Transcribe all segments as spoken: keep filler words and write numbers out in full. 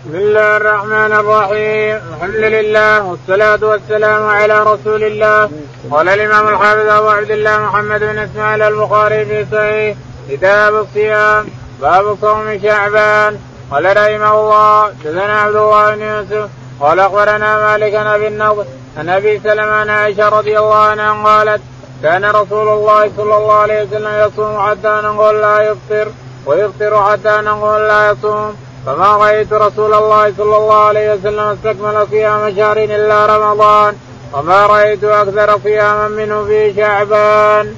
بسم الله الرحمن الرحيم. الحمد لله والصلاة والسلام على رسول الله. قال الإمام الحافظ أبو عبد الله محمد بن إسماعيل البخاري في صحيح كتاب الصيام باب صوم شعبان. قال رحمه الله حدثنا عبد الله بن يوسف قال أخبرنا مالك عن أبي النضر عن أبي سلمة عن عائشة رضي الله عنها قالت كان رسول الله صلى الله عليه وسلم يصوم حتى نقول لا يفطر ويفطر حتى نقول لا يصوم، فما رأيت رسول الله صلى الله عليه وسلم استكمل صيام شهر إلا رمضان، وما رأيت أكثر صياما منه في شعبان.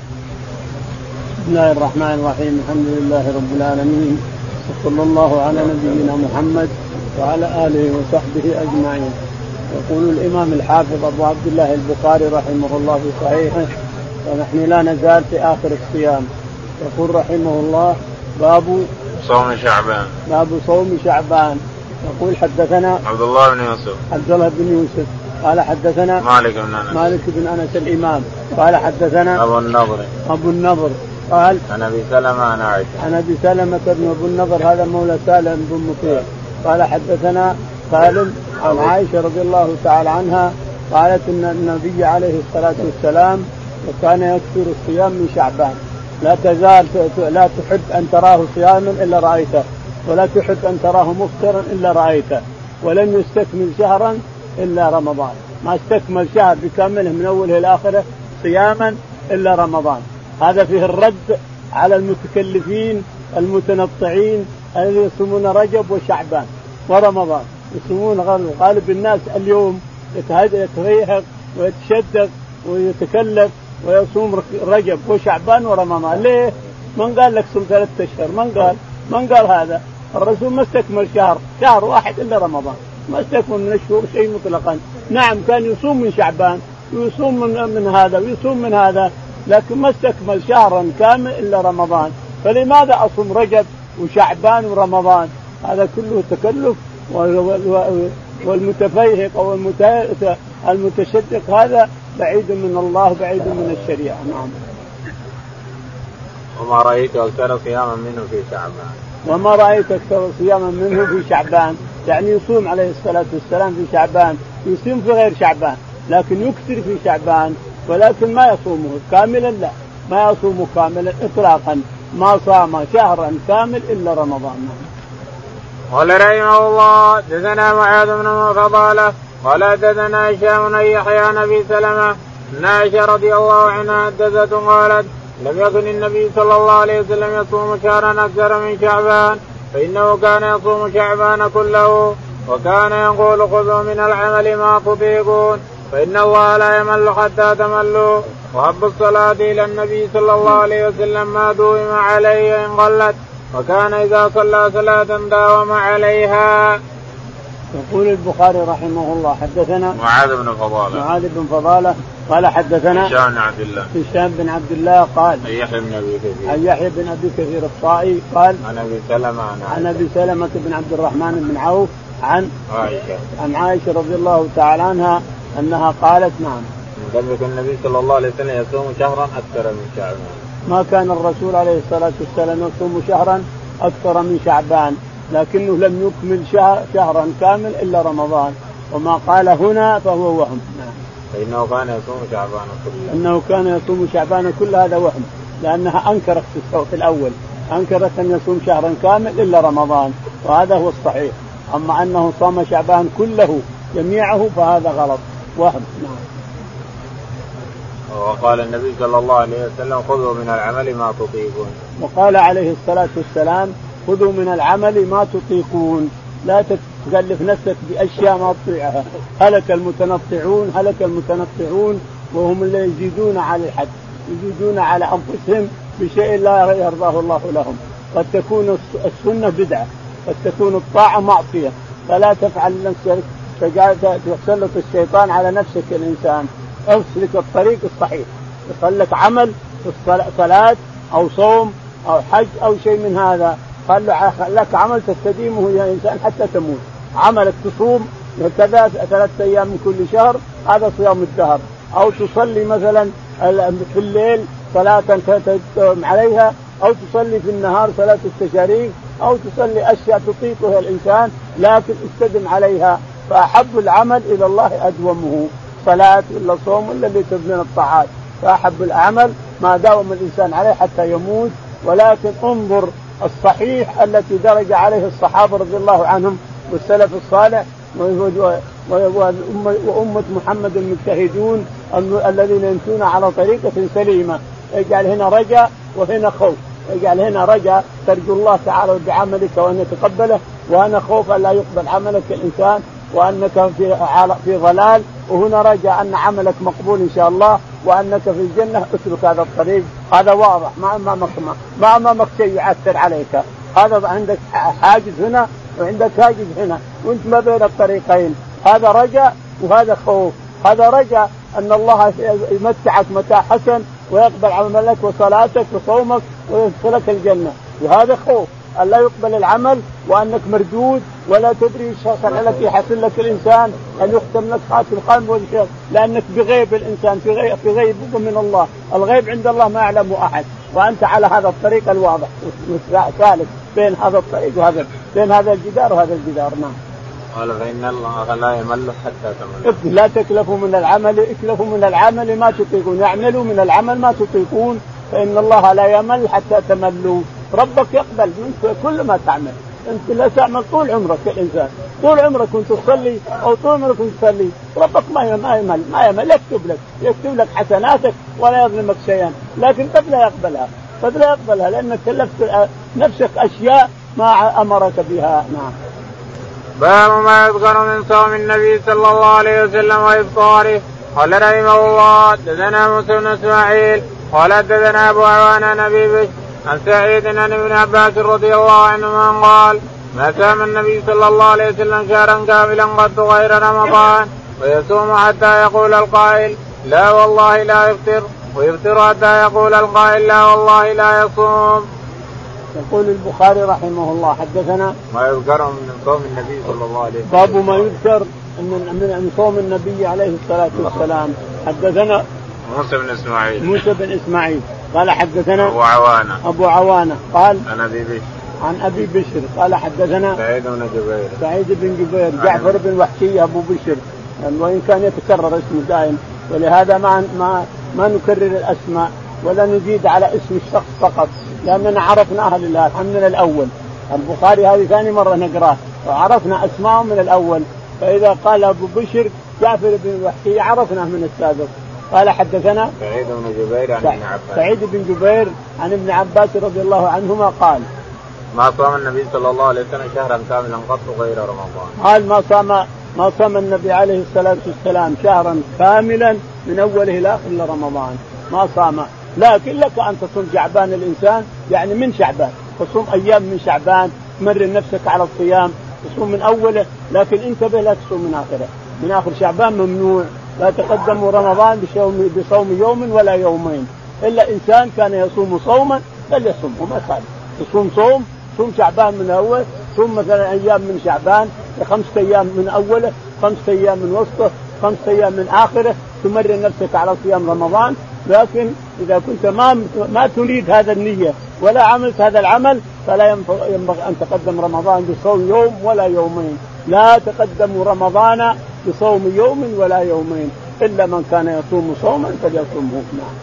بسم الله الرحمن الرحيم. الحمد لله رب العالمين، وصلى الله على نبينا محمد وعلى آله وصحبه أجمعين. يقول الإمام الحافظ أبو عبد الله البخاري رحمه الله في صحيحه، ونحن لا نزال في آخر الصيام. يقول رحمه الله باب صوم شعبان. باب صوم شعبان. يقول حدثنا عبد الله بن يوسف عبد الله بن يوسف قال حدثنا مالك بن أنس مالك بن أنس الإمام قال حدثنا أبو النضر أبو النضر قال عن أبي سلمة عن عائشة عن أبي سلمة بن أبو النضر هذا مولى سالم بن مطيع قال حدثنا سالم عن عائشة رضي الله تعالى عنها قالت إن النبي عليه الصلاة والسلام وكان يكثر الصيام من شعبان، لا تزال لا تحب أن تراه صياما إلا رأيته، ولا تحب أن تراه مفطرا إلا رأيته، ولم يستكمل شهرا إلا رمضان، ما استكمل شهر بكامله من أوله إلى آخره صياما إلا رمضان. هذا فيه الرد على المتكلفين المتنطعين الذين يصومون رجب وشعبان ورمضان، يصومون غالب الناس اليوم يتريهق ويتشدق ويتكلف ويصوم رجب وشعبان ورمضان. ليه؟ من قال لك صوم ثلاثة أشهر؟ من قال؟ من قال هذا؟ الرسول ما استكمل شهر شهر واحد إلا رمضان، ما استكمل من الشهور شيء مطلقا. نعم كان يصوم من شعبان ويصوم من, من هذا ويصوم من هذا، لكن ما استكمل شهرا كامل إلا رمضان. فلماذا أصوم رجب وشعبان ورمضان؟ هذا كله تكلف، والمتفيهق أو المتشدق هذا بعيد من الله بعيد من الشريعة. نعم. وما رأيت أكثر صياما منه في شعبان. وما رأيت أكثر صياما منه في شعبان، يعني يصوم عليه الصلاة والسلام في شعبان، يصوم في غير شعبان لكن يكثر في شعبان، ولكن ما يصومه كاملا، لا ما يصومه كاملا إطلاقا، ما صام شهرا كامل إلا رمضان. قال رحمه الله حدثنا معاذ بن فضالة قال حدثنا هشام بن يحيى نبي سلمة أن عائشة رضي الله عنها حدثته قالت لم يكن النبي صلى الله عليه وسلم يصوم شهرا أكثر من شعبان، فإنه كان يصوم شعبان كله، وكان يقول خذوا من العمل ما تطيقون فإن الله لا يمل حتى تملوا، وحب الصلاة إلى النبي صلى الله عليه وسلم ما دوم عليه إن قلت، وكان إذا صلى صلاة داوم عليها. يقول البخاري رحمه الله حدثنا معاذ بن فضالة معاذ بن فضالة قال حدثنا هشام بن عبد الله هشام بن عبد الله قال عن يحيى بن أبي كثير عن يحيى بن أبي كثير الطائي قال عن أبي سلمة عن أبي سلمة بن عبد الرحمن بن عوف عن عائشة عن عائشة رضي الله تعالى عنها أنها قالت نعم لم يكن النبي صلى الله عليه وسلم يصوم شهرا أكثر من شعبان، ما كان الرسول عليه الصلاة والسلام يصوم شهرا أكثر من شعبان، لكنه لم يكمل شهر شهرا كامل إلا رمضان، وما قال هنا فهو وهم. نعم. فإنه كان يصوم شعبان كله إنه كان يصوم شعبان كل هذا وهم، لأنها أنكرت في الأول، أنكرت أن يصوم شهرا كامل إلا رمضان، وهذا هو الصحيح. أما أنه صام شعبان كله جميعه فهذا غلط وهم. نعم. وقال النبي صلى الله عليه وسلم خذوا من العمل ما تطيقون، وقال عليه الصلاة والسلام خذوا من العمل ما تطيقون، لا تكلف نفسك بأشياء ما تطيعها. هلك المتنطعون هلك المتنطعون وهم اللي يزيدون على الحد، يزيدون على أنفسهم بشيء لا يرضاه الله لهم. قد تكون السنة بدعة، قد تكون الطاعة معصية، فلا تفعل نفسك تسلط الشيطان على نفسك الإنسان. أسلك الطريق الصحيح، يقول لك عمل صلاة أو صوم أو حج أو شيء من هذا، قال لك عمل تستديمه يا إنسان حتى تموت. عملك تصوم كذا ثلاثة أيام من كل شهر، هذا صيام الدهر. أو تصلي مثلا في الليل صلاة تدوم عليها، أو تصلي في النهار صلاة التشاريق أو تصلي أشياء تطيقها الإنسان لكن استدم عليها. فأحب العمل إلى الله أدومه، صلاة ولا صوم ولا اللي تبني الطاعات، فأحب العمل ما داوم الإنسان عليه حتى يموت. ولكن انظر الصحيح التي درج عليه الصحابة رضي الله عنهم والسلف الصالح وأمة محمد المجتهدون الذين يمشون على طريقة سليمة. يجعل هنا رجاء وهنا خوف، يجعل هنا رجاء ترجو الله تعالى بعملك وأن يتقبله، وهنا خوف أن لا يقبل عملك الإنسان وأنك في في ضلال، وهنا رجاء أن عملك مقبول إن شاء الله وأنك في الجنة. اسلك هذا الطريق، هذا واضح، ما أمامك ما أمامك شيء يعثر عليك. هذا عندك حاجز هنا وعندك حاجز هنا وانت ما بين الطريقين، هذا رجاء وهذا خوف. هذا رجاء أن الله يمتعك متاع حسن ويقبل عملك وصلاتك وصومك ويدخلك الجنة، وهذا خوف أن لا يقبل العمل وأنك مردود ولا تدري ايش لك يحصل لك الإنسان، أن يختم لك خاتم قلب والخير، لأنك بغيب الإنسان في غيب في غيب من الله، الغيب عند الله ما يعلمه أحد، وأنت على هذا الطريق الواضح ثالث بين هذا الطريق وهذا بين هذا الجدار وهذا الجدار. نعم. قال فإن الله لا يمل حتى تمل. لا تكلفوا من العمل، اكلفوا من العمل ما تطيقون، يعملوا من العمل ما تطيقون، فإن الله لا يمل حتى تملوا. ربك يقبل منك كل ما تعمل، أنت لا تعمل طول عمرك الإنسان، طول عمرك كنت تصلي أو طول عمرك كنت تصلي، ربك ما يمل ما يمل يكتب لك يكتب لك حسناتك ولا يظلمك شيئا، لكن قد لا يقبلها قد لا يقبلها لأنك كلفت نفسك أشياء ما أمرك بها. نعم. باب ما يذكر من صوم النبي صلى الله عليه وسلم وإفطاره. قال رحمه الله دثنا موسى بن إسماعيل قال دثنا أبو عوانة نبي بشر عن سعيد عن ابن عباس رضي الله عنهما قال ما صام النبي صلى الله عليه وسلم شهرا كاملا قط غير رمضان ويصوم حتى يقول القائل لا والله لا يفطر، ويفطر حتى يقول القائل لا والله لا يصوم. يقول البخاري رحمه الله حدثنا ما يذكر من صوم النبي صلى الله عليه وسلم. باب ما يذكر من صوم النبي عليه الصلاة والسلام. حدثنا موسى بن إسماعيل موسى بن إسماعيل قال حدثنا أبو عوانة أبو عوانة قال عن أبي بشر عن أبي بشر قال حدثنا سعيد بن جبير سعيد بن جبير جعفر بن وحشي أبو بشر، وإن كان يتكرر اسمه دائم، ولهذا ما ما ما نكرر الأسماء ولا نزيد على اسم الشخص فقط، لأننا عرفناها لله من الأول. البخاري هذه ثاني مرة نقراه وعرفنا أسماءهم من الأول، فإذا قال أبو بشر جعفر بن وحشي عرفناه من السابق. قال حدثنا سعيد بن جبير عن ابن عباس سعيد بن جبير عن ابن عباس رضي الله عنهما قال ما صام النبي صلى الله عليه وسلم شهرا كاملا قط غير رمضان. قال ما صام ما صام النبي عليه الصلاة والسلام شهرا كاملا من أوله إلى آخره رمضان ما صام، لكن لك أن تصوم شعبان الإنسان يعني من شعبان، تصوم أيام من شعبان، تمرن نفسك على الصيام، تصوم من أوله، لكن انتبه لا تصوم من آخره، من آخر شعبان ممنوع. لا تقدموا رمضان بصوم يوم ولا يومين، إلا إنسان كان يصوم صوما فليصوم وما صار. تصوم صوم صوم شعبان من أول، ثم مثلا أيام من شعبان، خمسة أيام من أوله، خمسة أيام من وسطه، خمسة أيام من آخره، تمرن نفسك على صيام رمضان. لكن إذا كنت ما ما تريد هذا النية ولا عملت هذا العمل فلا ينبغي أن تقدم رمضان بصوم يوم ولا يومين. لا تقدموا رمضان بصوم يوم ولا يومين، إلا من كان يصوم صوما فليصومه. نعم.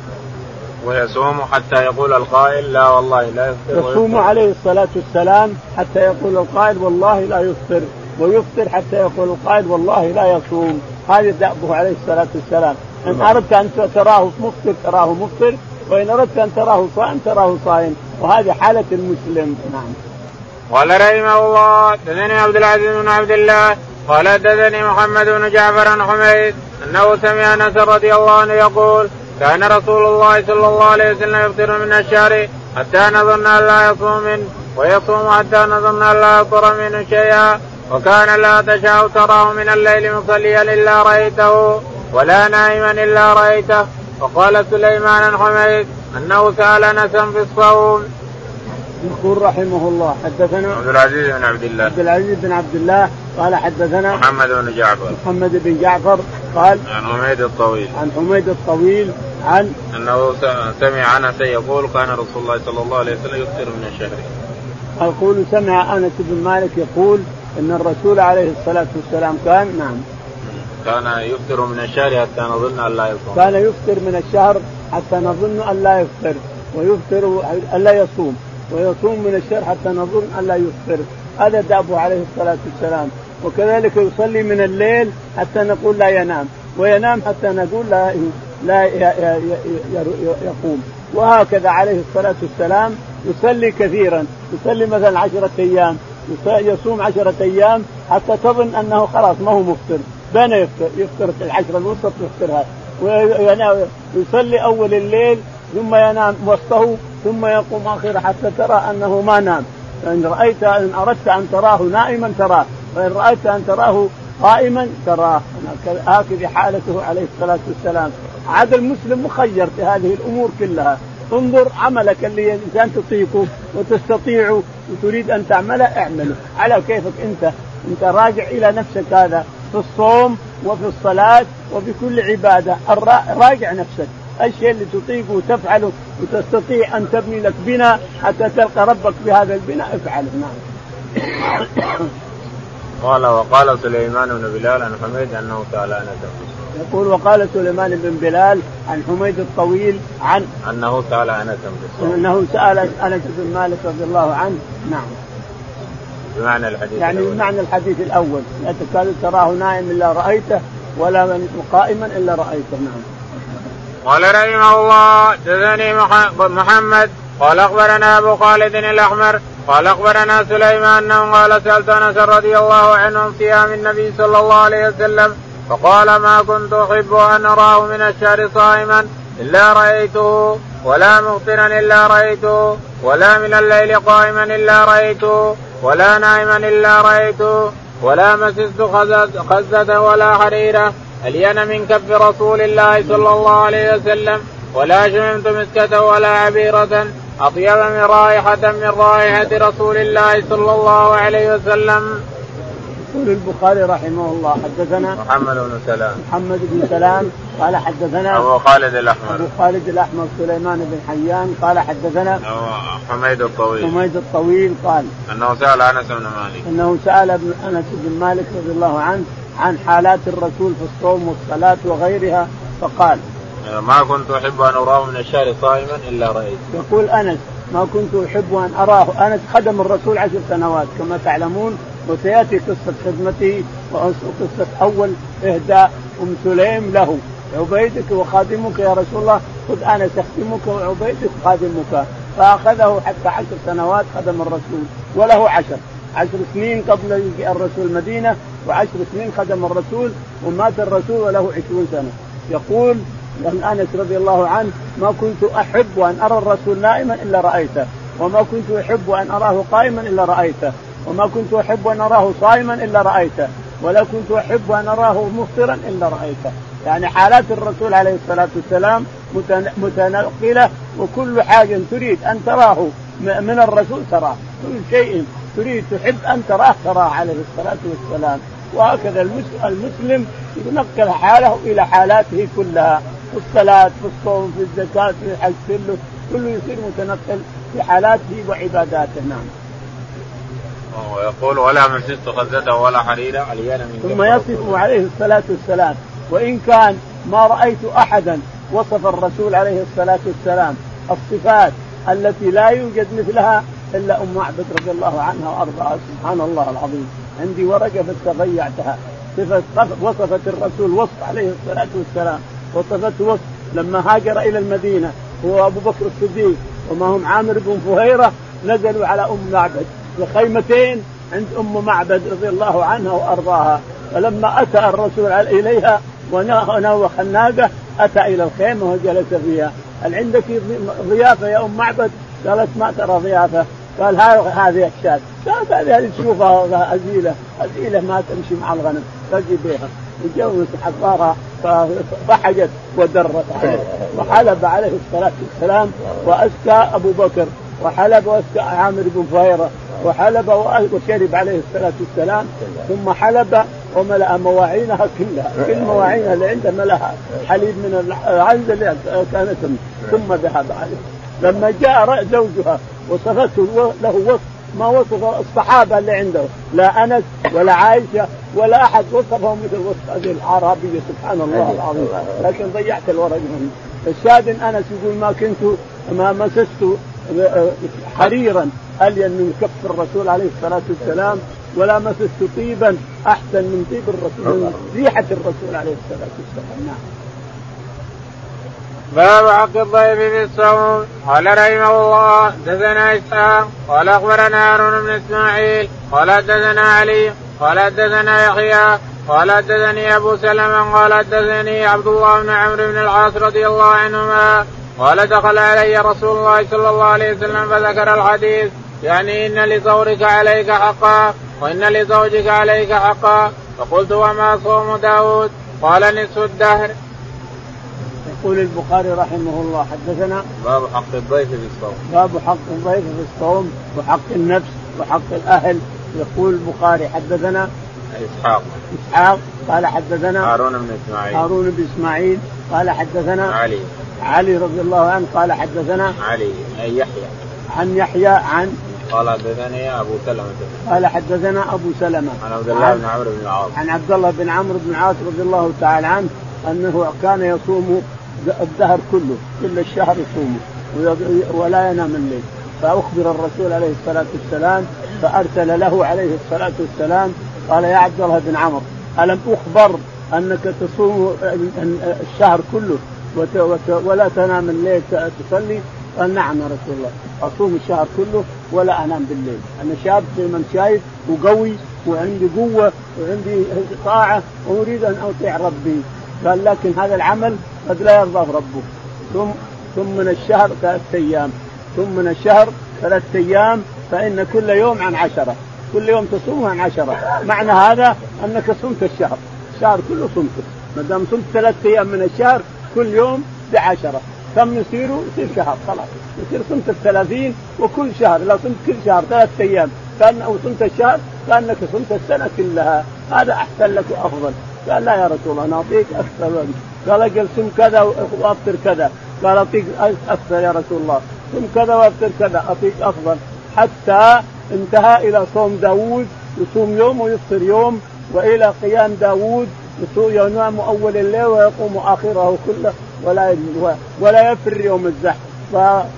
ويصوم حتى يقول القائل لا والله لا يفطر. يصوم عليه الصلاة والسلام حتى يقول القائل والله لا يفطر، ويفطر حتى يقول القائل والله لا يصوم. هذا دأبه عليه الصلاة والسلام. إن أردت أن تراه مفطر تراه مفطر، وإن أردت أن تراه صائم تراه صائم، وهذه حالة المسلم. نعم. قال رحمه الله دثني عبد العزيز بن عبد الله قال دثني محمد بن جعفر عن حميد أنه سمع أنس رضي الله عنه يقول كان رسول الله صلى الله عليه وسلم يفطر من الشهر حتى نظن أن لا يصوم منه، ويصوم حتى نظن أن لا يفطر منه شيئا، وكان لا تشاء تراه من الليل مصليا إلا رأيته ولا نائما إلا رأيته. وقال سليمان عن حميد أنه سأل أنسا في الصوم. يقول رحمه الله حدثنا عبد العزيز بن عبد الله عبد العزيز بن عبد الله قال حدثنا محمد بن جعفر محمد بن جعفر قال عن حميد الطويل عن حميد الطويل عن أنه سمع أنس يقول كان رسول الله صلى الله عليه وسلم يفطر من الشهر. يقول سمع أنس بن مالك يقول إن الرسول عليه الصلاة والسلام كان نعم كان يفطر من الشهر حتى نظن أن لا يصوم. كان يفطر من الشهر حتى نظن أن لا يفطر ويفطر أن لا يصوم ويصوم من الشهر حتى نظن أن لا يفطر. هذا دابه عليه الصلاة والسلام. وكذلك يصلي من الليل حتى نقول لا ينام وينام حتى نقول لا لا يقوم. وهكذا عليه الصلاة والسلام يصلي كثيرا. يصلي مثلا عشرة أيام يصوم عشرة أيام حتى تظن أنه خلاص ما هو مفطر بين يفطر يفطر العشرة الوسط يفطرها ويصلي أول الليل ثم ينام وسطه ثم يقوم آخره حتى ترى أنه ما نام. إن رأيت إن أردت أن تراه نائما تراه وإن رأيت أن تراه قائما تراه. هكذا حالته عليه الصلاة والسلام. عاد المسلم مخير في هذه الأمور كلها. انظر عملك اللي الإنسان تطيقه وتستطيعه وتريد أن تعمله اعمله على كيفك أنت. أنت راجع إلى نفسك هذا في الصوم وفي الصلاة وفي كل عبادة. راجع نفسك الشيء اللي تطيقه وتفعله وتستطيع أن تبني لك بناء حتى تلقى ربك بهذا البناء افعله. نعم. قال وقال سليمان بن بلال عن حميد أنه سأل أنس. يقول وقال سليمان بن بلال عن حميد الطويل عن أنه سأل أنس أنه سأل أنس بن مالك رضي الله عنه. نعم. بمعنى الحديث يعني بمعنى الحديث الأول لا تكاد تراه نائم إلا رأيته ولا قائما إلا رأيته. نعم. قال رحمه الله حدثني محمد قال أخبرنا أبو خالد الأحمر قال أخبرنا سليمان أنه قال سألت أنس رضي الله عنه عن صيام النبي صلى الله عليه وسلم فقال ما كنت أحب أن أراه من الشهر صائما إلا رأيته ولا مفطرا إلا رأيته ولا من الليل قائما إلا رأيته ولا نائما إلا رأيته ولا مسست خزة ولا حريرة ألين من كف رسول الله صلى الله عليه وسلم ولا شممت مسكة ولا عبيرة أطيب من رائحة من رائحة رسول الله صلى الله عليه وسلم. يقول البخاري رحمه الله حدثنا محمد بن سلام محمد بن سلام قال حدثنا أبو خالد الأحمر أبو خالد الأحمر سليمان بن حيان قال حدثنا حميد الطويل حميد الطويل قال أنه سأل أنس بن مالك أنه سأل ابن أنس بن مالك رضي الله عنه عن حالات الرسول في الصوم والصلاة وغيرها فقال ما كنت أحب أن أراه من الشهر صائما إلا رأيت. يقول أنس ما كنت أحب أن أراه. أنس خدم الرسول عشر سنوات كما تعلمون وسيأتي قصة خدمته وقصة أول إهداء أم سليم له عبيدك وخادمك يا رسول الله خذ أنا تخدمك وعبيدك خادمك. فأخذه حتى عشر سنوات خدم الرسول وله عشر عشر سنين قبل يجي الرسول المدينة وعشر سنين خدم الرسول ومات الرسول وله عشرون سنة. يقول لأن أنس رضي الله عنه ما كنت أحب أن أرى الرسول نائما إلا رأيته وما كنت أحب أن أراه قائما إلا رأيته وما كنت أحب أن أراه صائما إلا رأيته ولا كنت أحب أن أراه مفطرا إلا رأيته. يعني حالات الرسول عليه الصلاة والسلام متنقلة وكل حاجة تريد أن تراه من الرسول تراه كل شيء تريد تحب أن تراه تراه عليه الصلاة والسلام. وهكذا المسلم ينقل حاله إلى حالاته كلها في الصلاة في الصوم في الزكاة في الحج كله كله يصير متنقل في حالاته وعباداته. نعم. ويقول ولا مسست خزة ولا حريرة علينا من ثم يصف عليه الصلاة والسلام وإن كان ما رأيت أحدا وصف الرسول عليه الصلاة والسلام الصفات التي لا يوجد مثلها إلا أم معبد رضي الله عنها وأرضاها. سبحان الله العظيم عندي ورقة فتغيرتها وصفت الرسول وصف عليه الصلاة والسلام وصفته وصف لما هاجر إلى المدينة هو أبو بكر الصديق وما هم عامر بن فهيرة نزلوا على أم معبد بخيمتين عند أم معبد رضي الله عنها وأرضاها. فلما أتى الرسول إليها ونوخ الناقة أتى إلى الخيمة وجلس فيها. هل عندك ضيافة يا أم معبد؟ قالت ما ترى ضيافة. قال هذه الشاة قالت هذه تشوفها أزيلة أزيلة ما تمشي مع الغنم تجي بها وجوزت حضارها فضحجت ودرت عليه وحلب عليه الصلاة والسلام وأسكى أبو بكر وحلب وأسكى عامر بن فهيرة وحلب وشرب عليه الصلاة والسلام ثم حلب وملأ مواعينها كلها كل مواعينها اللي عنده ملأها حليب من العنز اللي كانت ثم ذهب عليه. لما جاء زوجها وصفته له وصف ما وصف الصحابة اللي عنده، لا أنس ولا عائشة ولا أحد وصفهم مثل وصف هذه الأعرابية سبحان الله العظيم. لكن ضيعت الورق منه. الشاهد أنس يقول ما كنت ما مسست حريرا ألين من كف الرسول عليه الصلاة والسلام ولا مسست طيبا أحسن من طيب الرسول ريحة الرسول عليه الصلاة والسلام. نعم. باب حق الضيف في الصوم. قال رحمه الله حدثنا إسحاق قال أخبرنا هارون بن إسماعيل قال حدثنا علي قال حدثنا يحيى قال حدثني أبو سلمة قال حدثني عبد الله بن عمرو بن العاص رضي الله عنهما قال دخل علي رسول الله صلى الله عليه وسلم فذكر الحديث يعني إن لزورك عليك حقا وإن لزوجك عليك حقا. فقلت وما صوم داود؟ قال نصف الدهر. يقول البخاري رحمه الله حدثنا باب حق الضيف في الصوم. باب حق الضيف في الصوم وحق النفس وحق الأهل. يقول البخاري حدثنا إسحاق إسحاق قال حدثنا هارون بن إسماعيل هارون بن إسماعيل قال حدثنا علي علي رضي الله عنه قال حدثنا علي أي يحيى عن يحيى عن قال حدثني أبو سلمة قال حدثنا أبو سلمة عن عبد الله بن عمرو بن العاص عن عبد الله بن عمرو بن العاص رضي الله تعالى عنه أنه كان يصوم الدهر كله كل الشهر يصوم ولا ينام الليل. فأخبر الرسول عليه الصلاة والسلام فأرسل له عليه الصلاة والسلام قال يا عبد الله بن عمرو ألم أخبر أنك تصوم الشهر كله ولا تنام الليل تصلي؟ قال نعم يا رسول الله أصوم الشهر كله ولا أنام بالليل. أنا شاب زي ما شايف وقوي وعندي قوة وعندي طاعة وأريد أن أطيع ربي. قال لكن هذا العمل قد لا يرضاه ربه. ثم ثم من الشهر ثلاثة أيام ثم من الشهر ثلاثة أيام فإن كل يوم عن عشرة كل يوم تصوم عن عشرة. معنى هذا أنك صمت الشهر الشهر كله صمته. ما دام صمت ثلاثة أيام من الشهر كل يوم بعشرة كم يصيروا؟ يصير شهر خلاص يصير صمت الثلاثين. وكل شهر لو صمت كل شهر ثلاثة أيام كان أو صمت الشهر كأنك صمت السنة كلها. هذا أحسن لك وأفضل. قال لا يا رسول الله أنا أعطيك أكثر. قال أجل صم كذا وأفطر كذا. قال أعطيك أكثر يا رسول الله صم كذا وأفطر كذا أعطيك أفضل. حتى انتهى إلى صوم داود يصوم يوم ويفطر يوم وإلى قيام داود ينام أول الليل ويقوم آخره كله ولا ولا يفر يوم الزحف.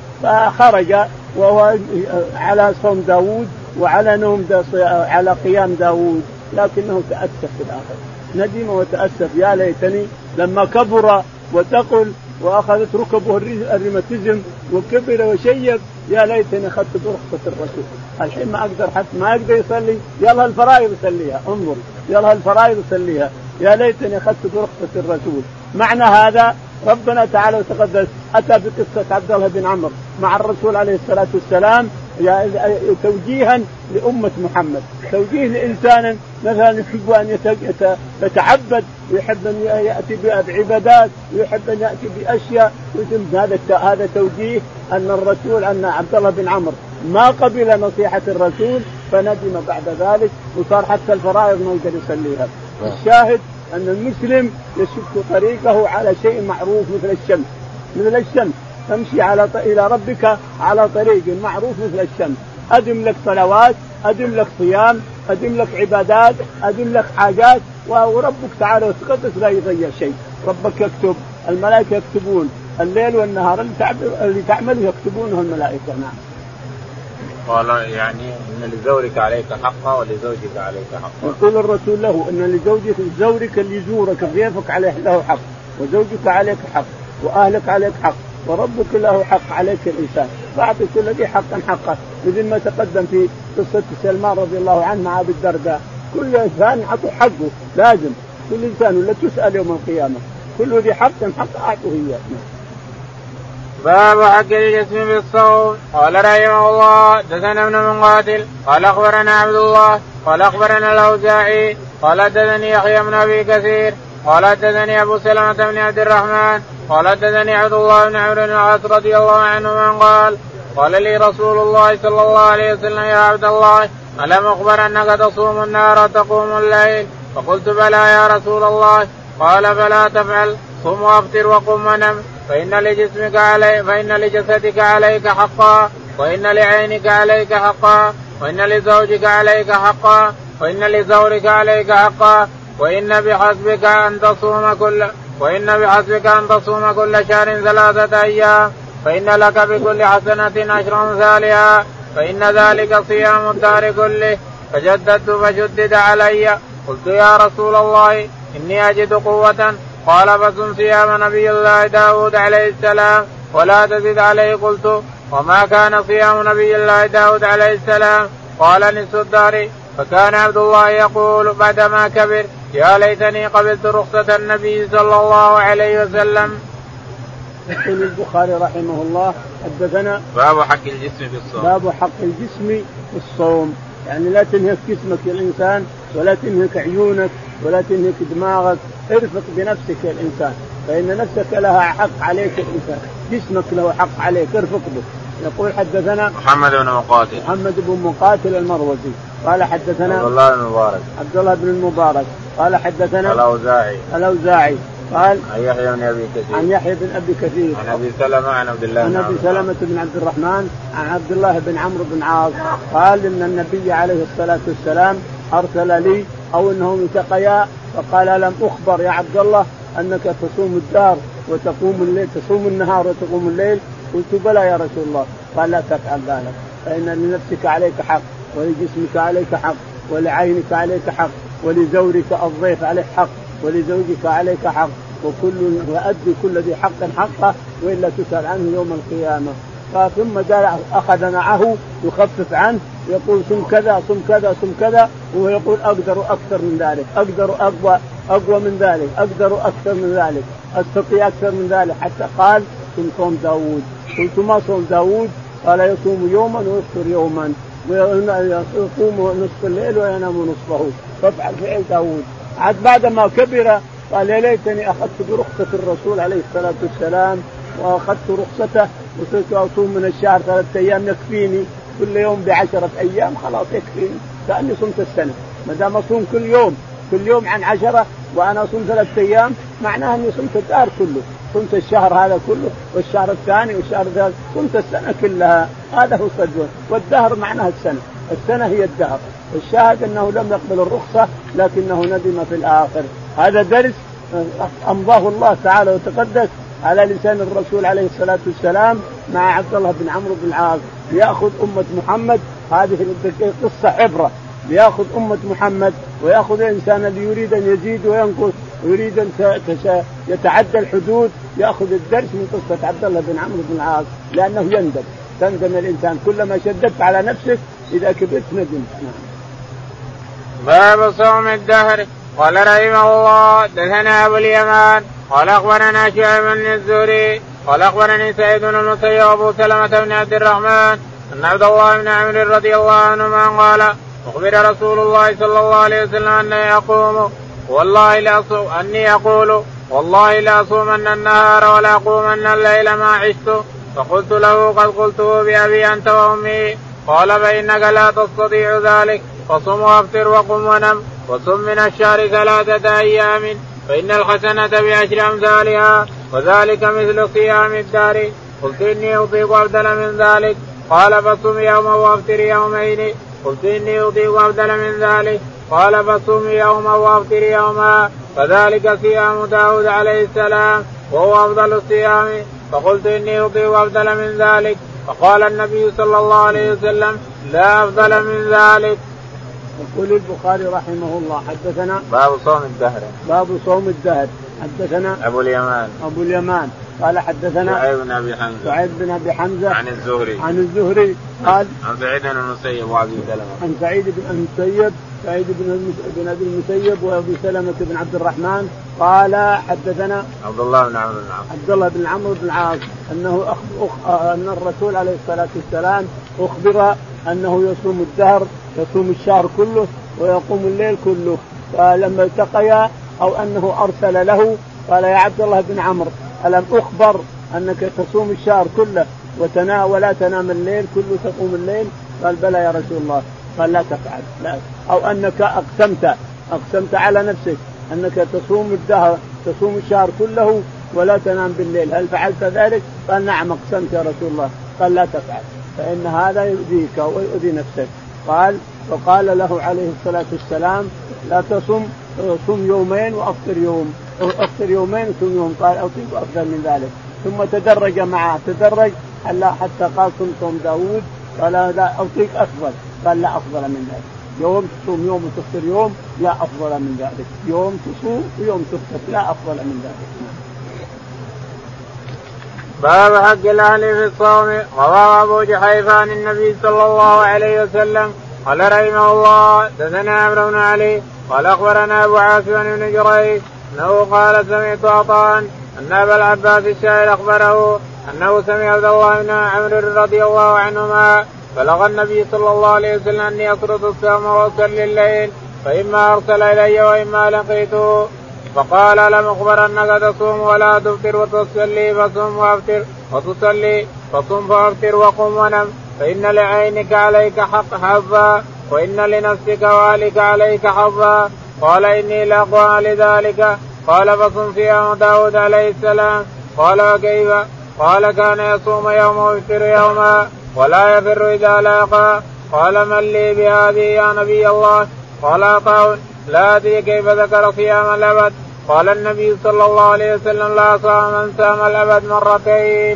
فخرج وهو على صوم داود وعلى نوم على قيام داود لكنه تأسف في الآخر ندم وتأسف يا ليتني لما كبر وتقل وأخذت ركبه الرماتيزم وكبر وشيب يا ليتني أخذت برخصة الرسول. الحين ما أقدر حتى ما أقدر يصلي يلا الفرائض يصليها انظر يلا الفرائض يصليها يا ليتني أخذت برخصة الرسول. معنى هذا ربنا تعالى وتقدس أتى بقصة عبد الله بن عمرو مع الرسول عليه الصلاة والسلام توجيها لأمة محمد توجيه لإنسان مثلا يحب أن يتعبد ويحب أن يأتي بعبادات ويحب أن يأتي بأشياء. هذا هذا توجيه أن الرسول أن عبد الله بن عمرو ما قبل نصيحة الرسول فندم بعد ذلك وصار حتى الفرائض ما يقدر يصليها. الشاهد أن المسلم يشق طريقه على شيء معروف مثل الشمس مثل الشمس تمشي على ط... إلى ربك على طريق معروف مثل الشمس. أدم لك صلوات أدم لك صيام أدم لك عبادات أدم لك حاجات وربك تعالى وتقدس لا يضيع شيء. ربك يكتب الملائكة يكتبون الليل والنهار اللي, تعب... اللي تعمله يكتبونه الملائكة. نعم. قال يعني إن لزورك عليك حقا ولزوجك عليك حقا. يقول الرسول له إن لزوجك زورك اللي يزورك ضيفك عليه له حق وزوجك عليك حق وأهلك عليك حق وربك له حق عليك الإنسان فأعطي كل ذي حقا حقه. مثل ما تقدم في قصة سلمان رضي الله عنه مع أبي الدرداء كل إنسان يعطي حقه لازم كل إنسان ولا تسأل يوم القيامة كل ذي حق حق أعطه إياه. باب حق الجسم بالصوم. قال رحمه الله حدثنا ابن مقاتل قال أخبرنا عبد الله قال أخبرنا الأوزاعي قال حدثني يحيى بن أبي كثير قال حدثني أبو سلمة بن عبد الرحمن قال حدثني عبد الله بن عمرو بن العاص رضي الله عنهما قال قال لي رسول الله صلى الله عليه وسلم يا عبد الله ألم أخبر أنك تصوم النهار وتقوم الليل؟ فقلت بلى يا رسول الله. قال فلا تفعل صم وافطر وقم ونم فإن لجسمك علي فإن لجسدك عليك حقا وإن لعينك عليك حقا وإن لزوجك عليك حقا وإن لزورك عليك حقا وإن بحسبك أن تصوم كل وإن بحسبك أن تصوم كل شهر ثلاثة أيام فإن لك بكل حسنة عشر أمثالها فإن ذلك صيام الدهر كله. فجددت فشدد علي قلت يا رسول الله إني أجد قوة قال فصم صيام نبي الله داود عليه السلام ولا تزد عليه. قلت وما كان صيام نبي الله داود عليه السلام قال نصف الدهر. فكان عبد الله يقول بعدما كبر يا ليتني قبلت رخصة النبي صلى الله عليه وسلم. يقول البخاري رحمه الله حدثنا باب حق الجسم في الصوم. باب حق الجسم في الصوم، يعني لا تنهك جسمك يا الإنسان ولا تنهك عيونك ولا تنهك دماغك، ارفق بنفسك يا الإنسان فإن نفسك لها حق عليك الإنسان، جسمك له حق عليك ارفق به. يقول حدثنا محمد بن مقاتل محمد بن مقاتل المروزي قال حدثنا عبد الله بن المبارك عبد الله بن المبارك قال حدثنا الأوزاعي الأوزاعي قال عن يحيى بن أبي كثير عن يحيى بن أبي كثير عن أبي سلمة عن عبد الله عن أبي سلمة بن عبد الرحمن عن عبد الله بن عمرو بن عاص قال إن النبي عليه الصلاة والسلام أرسل لي أو أنهم التقيا فقال لم أخبر يا عبد الله أنك تصوم الدهر وتقوم الليل تصوم النهار وتقوم الليل؟ قلت بلى يا رسول الله. قال لا تفعل ذلك فإن لنفسك عليك حق ولجسمك عليك حق ولعينك عليك حق ولزورك الضيف عليك حق ولزوجك عليك حق وكل وأدي كل ذي حق حقه وإلا تسأل عنه يوم القيامة. ثم أخذ معه يخفف عنه يقول صم كذا صم كذا صم كذا وهو يقول أقدر أكثر من ذلك أقدر أقوى أقوى من ذلك أقدر أكثر من ذلك أستطيع أكثر من ذلك حتى قال صم صوم داود. قلت ما صوم داود؟ قال يصوم يوما ويفطر يوما ويقوم نصف الليل وينام نصفه. فافعل فعل داود. عاد بعد ما كبر قال يا ليتني أخذت برخصة الرسول عليه الصلاة والسلام وأخذت رخصته وصرت أصوم من الشهر ثلاثة أيام يكفيني كل يوم بعشرة أيام خلاص يكفيني كأني صمت السنة. ما دام أصوم كل يوم كل يوم عن عشرة وأنا أصوم ثلاثة أيام معناها أني صمت الدهر كله، صمت الشهر هذا كله والشهر الثاني والشهر الثالث صمت السنة كلها. هذا هو الصدوة. والدهر معناها السنة، السنة هي الدهر. الشاهد أنه لم يقبل الرخصة لكنه ندم في الآخر. هذا درس أمضاه الله تعالى وتقدس على لسان الرسول عليه الصلاة والسلام مع عبد الله بن عمرو بن العاص ليأخذ أمة محمد. هذه قصة عبرة ليأخذ أمة محمد ويأخذ الإنسان اللي يريد أن يزيد وينقص ويريد أن يتعدى الحدود يأخذ الدرس من قصة عبد الله بن عمرو بن العاص لأنه يندم. تندم الإنسان كلما شددت على نفسك إذا كبرت ندمت. باب صوم الدهر. قال رحمه الله دثنا أبو اليمان قال أخبرنا شعيب بن الزهري قال أخبرني سعيد بن المسيب وأبو سلمة بن عبد الرحمن أن عبد الله بن عمرو رضي الله عنهما قال أخبر رسول الله صلى الله عليه وسلم أني يقوم والله لا أصوم أني يقول والله لا أصومن النهار ولا أقومن الليل ما عشت. فقلت له قد قلته بأبي أنت وأمي. قال فإنك لا تستطيع ذلك فصم وافطر وقم ونم وصم من الشهر ثلاثة أيام فإن الحسنة بعشر أمثالها وذلك مثل صيام الدهر. قلت إني أطيق أبدل من ذلك. قال فصم يوما وافطر يومين. قلت إني أطيق أبدل من ذلك. قال فصم يوما وافطر يوما فذلك صيام داود عليه السلام وهو أفضل الصيام. فقلت إني أطيق أبدل من ذلك. فقال النبي صلى الله عليه وسلم لا أفضل من ذلك. يقول البخاري رحمه الله حدثنا باب صوم الدهر. باب صوم الدهر. حدثنا أبو اليمان أبو اليمان قال حدثنا شعيب بن أبي حمزة شعيب بن أبي حمزة عن الزهري عن الزهري قال عن سعيد بن المسيب وأبي سلمة عن سعيد بن المسيب سعيد بن أبي المسيب وأبي سلمة بن عبد الرحمن قال حدثنا عبد الله بن عمرو بن العاص عبد الله بن عمرو بن العاص أنه أخ... أخ... أن الرسول عليه الصلاة والسلام أخبر أنه يصوم الدهر يصوم الشهر كله ويقوم الليل كله. فلما التقيا أو أنه أرسل له قال يا عبد الله بن عمرو ألم أخبر أنك تصوم الشهر كله وتنام ولا تنام الليل كله تقوم الليل؟ قال بلى يا رسول الله. قال لا تفعل لا. أو أنك أقسمت أقسمت على نفسك أنك تصوم الدهر تصوم الشهر كله ولا تنام بالليل هل فعلت ذلك؟ قال نعم أقسمت يا رسول الله. قال لا تفعل فإن هذا يؤذيك ويؤذي نفسك. قال فقال له عليه الصلاة والسلام لا تصم، صم يومين وأفطر يوم، أفطر يومين وصم يوم. قال أطيق أفضل من ذلك. ثم تدرج معه تدرج حتى قال صم صوم داود. قال لا أطيق أفضل. قال لا أفضل من ذلك. يوم تصوم يوم وتفطر يوم لا أفضل من ذلك. يوم تصوم ويوم تفطر لا أفضل من ذلك. باب حق الأهل في الصوم. رواه أبو جحيفة عن النبي صلى الله عليه وسلم قال رحمه الله دثنا عمرو بن علي قال أخبرنا أبو عاصم بن جريج أنه قال سمعت عطاء أن أبا العباس الشاعر أخبره أنه سمع عبد الله بن عمرو رضي الله عنهما بلغ النبي صلى الله عليه وسلم أني أطرد الصوم وأصلي الليل فإما أرسل إلي وإما لقيته فقال لم أخبر أنك تصوم ولا تفطر وتصلي فصم وأفطر وتصلي فصم فأفطر وقم ونم فإن لعينك عليك حق حظا وإن لنفسك وأهلك عليك حظا. قال إني لأقوى لذلك. قال فصم صيام داود عليه السلام. قال وكيف؟ قال كان يصوم يوما ويفطر يوما ولا يفر إذا لاقى. قال من لي بهذه يا نبي الله؟ قال عطاء لا أدري كيف ذكر صيام الأبد. قال النبي صلى الله عليه وسلم لا صام من سام الأبد مرتين.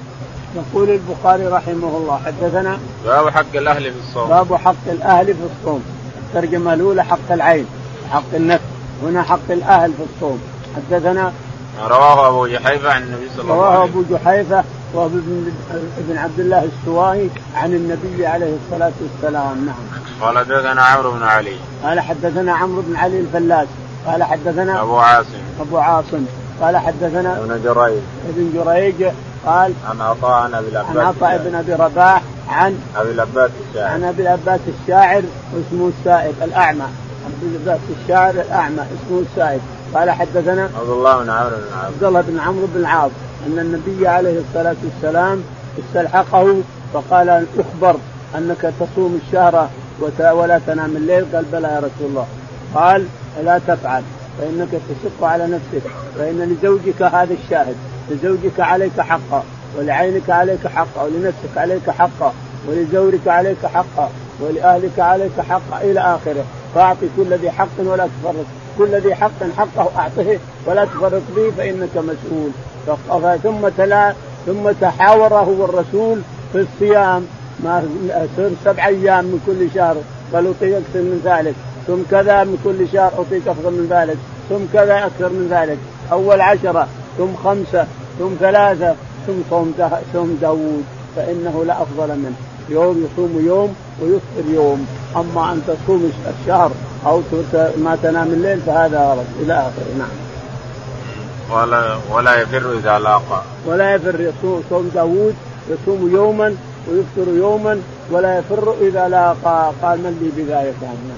يقول البخاري رحمه الله حدثنا باب حق الأهل في الصوم. باب حق الأهل في الصوم. الترجمة الأولى حق العين حق النفس، هنا حق الأهل في الصوم. حدثنا رواه أبو جحيفة عن النبي صلى الله عليه وسلم. رواه أبو جحيفة وابن ابن عبد الله السوائي عن النبي عليه الصلاة والسلام. نعم. قال حدثنا عمرو بن علي قال حدثنا عمرو بن علي الفلاس قال حدثنا أبو عاصم أبو عاصم قال حدثنا ابن جريج ابن جريج قال عن عطاء عن أبي العباس عن عطاء بن أبي رباح عن أبي العباس الشاعر عن أبي العباس الشاعر واسمه السائب الأعمى. أبي العباس الشاعر الأعمى اسمه السائب. قال حدثنا عبد الله بن عمرو بن العاص عبد الله بن عمرو بن العاص أن النبي عليه الصلاة والسلام استلحقه فقال أخبر أنك تصوم الشهر ولا تنام الليل. قال بلى يا رسول الله. قال لا تفعل فإنك تشق على نفسك فإن لزوجك هذا الشاهد، لزوجك عليك حقا ولعينك عليك حقا ولنفسك عليك حقا ولزورك عليك حقا ولأهلك عليك حقا إلى آخره. فأعطي كل ذي حق ولا تفرط، كل ذي حق حقه أعطه ولا تفرط به فإنك مسؤول. ثم تلا ثم تحاوره والرسول في الصيام ما سبع أيام من كل شهر قالوا أعطيك أكثر من ذلك، ثم كذا من كل شهر أعطيك أفضل من ذلك، ثم كذا أكثر من ذلك، أول عشرة ثم خمسة ثم ثلاثة ثم صوم صوم داود فإنه لا أفضل منه. يوم يصوم يوم ويفطر يوم. أما أن تصوم الشهر أو ما تنام الليل فهذا غلط إلى آخره. نعم. ولا ولا يفر إذا لاقى ولا يفر يصوم صوم داود يصوم يوما ويفطر يوما ولا يفر إذا لاقى. قال من لي بذلك؟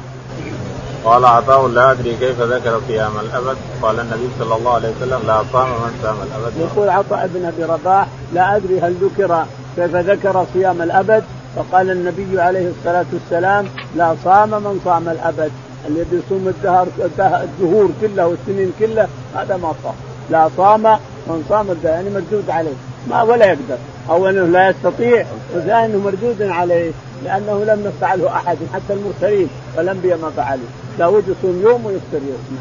قال عطاء لا أدري كيف ذكر صيام الأبد. قال النبي صلى الله عليه وسلم لا صام من صام الأبد. يقول عطاء بن أبي رباح لا أدري هل ذكر كيف ذكر صيام الأبد. فقال النبي عليه الصلاة والسلام لا صام من صام الأبد. الذي يصوم الدهر الدهور كلها والسنين كلها هذا ما صام. لا صام من صام الدهر يعني مردود عليه ما ولا يقدر، أو أنه لا يستطيع، وثاني أنه مردود عليه لأنه لم يفعله أحد حتى المرسلين والأنبياء ما فعلوا. داود يصوم يوم ويفطر يوم.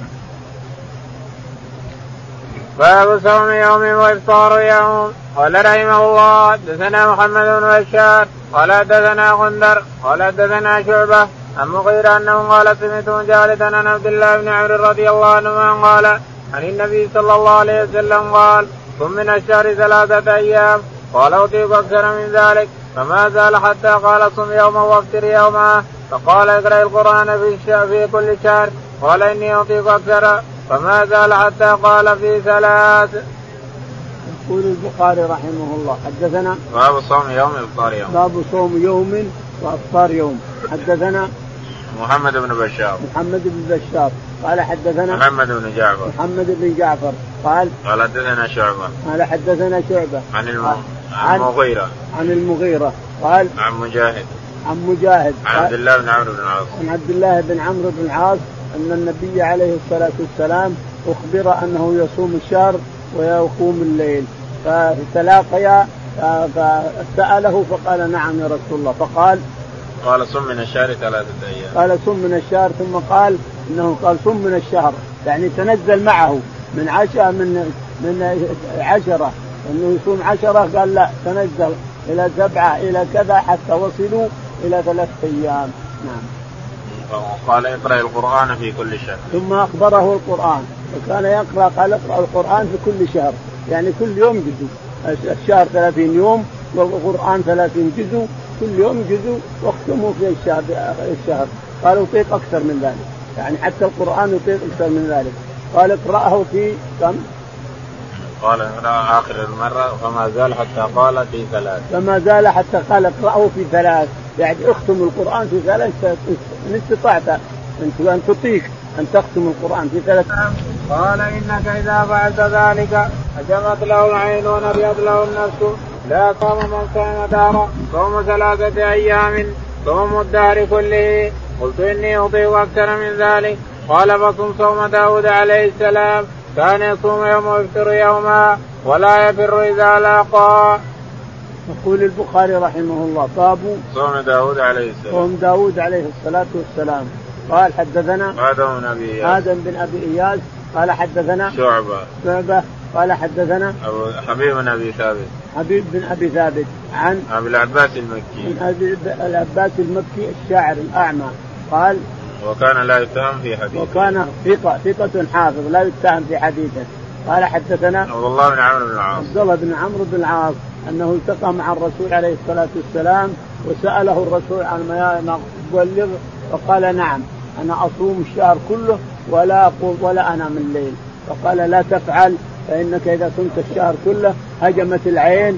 باب صوم يوم وإفطار يوم. قال رحمه الله دثنا محمد بن بشار قال دثنا غندر قال دثنا شعبة عن مغيرة أنه قال سمعت مجالدا عن عبد الله بن عمرو رضي الله عنهما قال عن النبي صلى الله عليه وسلم قال صم من الشهر ثلاثة أيام. قال أطيق أكثر من ذلك فما زال حتى قال صم يوما وافطر يوما. فقال اقرأ القرآن في, في كل شهر. قال إني أطيق أكثر فما زال حتى قال في ثلاث. يقول البخاري رحمه الله حدثنا باب صوم يوم وافطار يوم. باب صوم يوم وافطار يوم. حدثنا محمد بن بشار محمد بن بشار قال حدثنا محمد بن جعفر محمد بن جعفر قال قال حدثنا شعبة قال حدثنا شعبة عن الم... عن المغيرة عن المغيرة قال عن مجاهد عن مجاهد عن عبد الله بن عمرو بن العاص عن عبد الله بن عمرو بن العاص أن النبي عليه الصلاة والسلام أخبر أنه يصوم الشهر ويقوم الليل فتلاقيا فسأله فقال نعم يا رسول الله. فقال قال صم من الشهر ثلاثة أيام. قال صم من الشهر ثم قال إنه قال صم من الشهر يعني تنزل معه من عشرة من من عشرة إنه يصوم عشرة قال لا تنزل إلى سبعة إلى كذا حتى وصلوا إلى ثلاثة أيام. نعم. قال اقرأ القرآن في كل شهر. ثم أخبره القرآن وكان يقرأ قال اقرأ القرآن في كل شهر يعني كل يوم جزء. الشهر ثلاثين يوم والقرآن ثلاثين جزء كل يوم جزء واختموا في الشهر الشهر. قال يطيق أكثر من ذلك يعني حتى القرآن يطيق أكثر من ذلك. قال اقرأه في كم؟ قال آخر المرة فما زال حتى قال في ثلاث. فما زال حتى قال اقرأه في ثلاث يعني اختم القرآن في ثلاث إن استطعت أن تطيق أن تختم القرآن في ثلاث. قال إنك إذا فعلت ذلك هجمت له العين ونبيت له النفس لا صام من صام دارا صوم ثلاثة أيام صوم الدهر كله. قلت إني أطيق أكثر من ذلك. قال فصم صوم داود عليه السلام كان يصوم يوم ويفطر يوما ولا يفر إذا لاقى. يقول البخاري رحمه الله باب صوم داود عليه السلام. صوم داود عليه الصلاة والسلام. قال حدثنا آدم بن أبي إياس آدم بن أبي إياس قال حدثنا شعبة شعبة قال حدثنا حبيب بن أبي ثابت حبيب بن أبي ثابت عن أبي العباس المكي عن أبي العباس المكي الشاعر الأعمى قال وكان لا يتهم في حديثه وكان ثقة ثقة حافظ لا يتهم في حديثه. قال حدثنا عبد الله بن عمرو بن العاص عبد الله بن عمرو بن العاص أنه التقى مع الرسول عليه الصلاة والسلام وسأله الرسول عن ما يبلغ فقال نعم أنا أصوم الشهر كله ولا أقوم ولا أنام الليل. فقال لا تفعل فإنك إذا صمت الشهر كله هجمت العين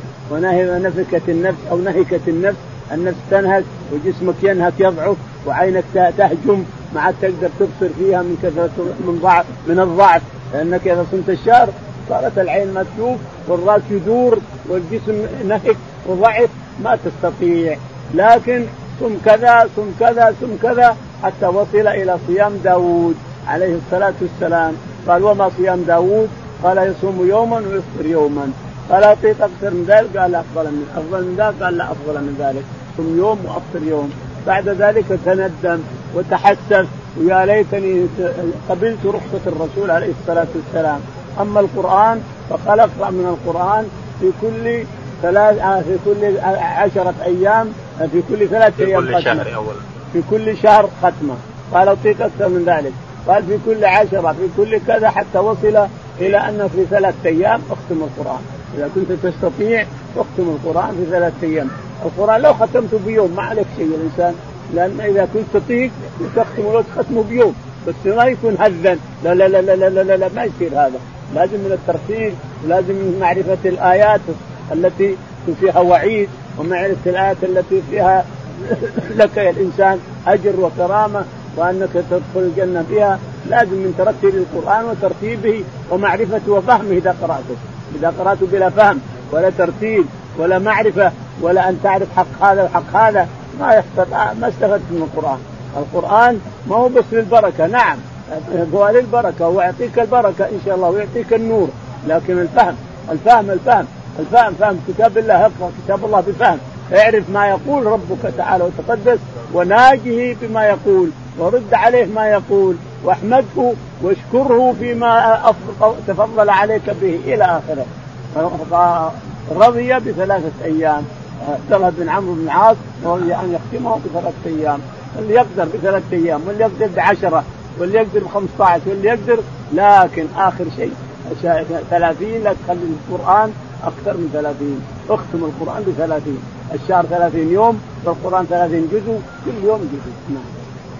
ونفكت النفس أو نهكت النفس النفس تنهك وجسمك ينهك يضعف وعينك تهجم ما عاد تقدر تبصر فيها من كثرة من ضعف من الضعف لأنك إذا صمت الشهر صارت العين ما تشوف والرأس يدور والجسم نهك وضعف ما تستطيع. لكن صم كذا صم كذا صم كذا حتى وصل إلى صيام داود عليه الصلاة والسلام. قال وما صيام داود؟ قال يصوم يوما ويفطر يوما. قال أعطيت أكثر من ذلك؟ قال أفضل من أفضل من ذلك؟ قال لا أفضل من ذلك صم يوم وأفطر يوم. بعد ذلك تندم وتحسف ويا ليتني قبلت رخصة الرسول عليه الصلاة والسلام. أما القرآن فقال اقرأ من القرآن في كل ثلاث في كل عشرة أيام في كل ثلاث أيام كل شهر أولا في كل شهر ختمة. قال أعطيك أكثر من ذلك. قال في كل عشرة في كل كذا حتى وصل إلى أن في ثلاث أيام أختم القرآن. إذا كنت تستطيع أختم القرآن في ثلاث أيام. القرآن لو ختمته بيوم ما عليك شيء الإنسان لأن إذا كنت تطيق تختم ولو تختمه بيوم بس ما يكون هذا لا لا لا لا لا لا لا ما يصير هذا. لازم من الترتيل ولازم من معرفة الآيات التي فيها وعيد ومعرفة الآيات التي فيها لك يا الإنسان أجر وكرامة وأنك تدخل الجنة فيها. لازم من ترتيل القرآن وترتيبه ومعرفته وفهمه إذا قرأته. إذا قرأته بلا فهم ولا ترتيل ولا معرفة ولا أن تعرف حق هذا وحق هذا ما يستطيع ما استفدت من القرآن. القرآن ما هو بس للبركة نعم هو للبركة ويعطيك البركة إن شاء الله ويعطيك النور لكن الفهم الفهم الفهم الفهم فهم كتاب الله اقرأ كتاب الله بفهم اعرف ما يقول ربك تعالى وتقدس وناجه بما يقول ورد عليه ما يقول واحمده واشكره فيما تفضل عليك به إلى آخره. رضي بثلاثة أيام عبد الله بن عمرو بن العاص رضي أن يختمه بثلاثة أيام. اللي يقدر بثلاثة أيام واللي يقدر بعشرة واللي يقدر بخمسة عشر واللي يقدر لكن آخر شيء ثلاثين لا تخلي القرآن أكثر من ثلاثين. اختم القرآن بثلاثين. الشهر ثلاثين يوم والقرآن ثلاثين جزء كل يوم جزء. نعم.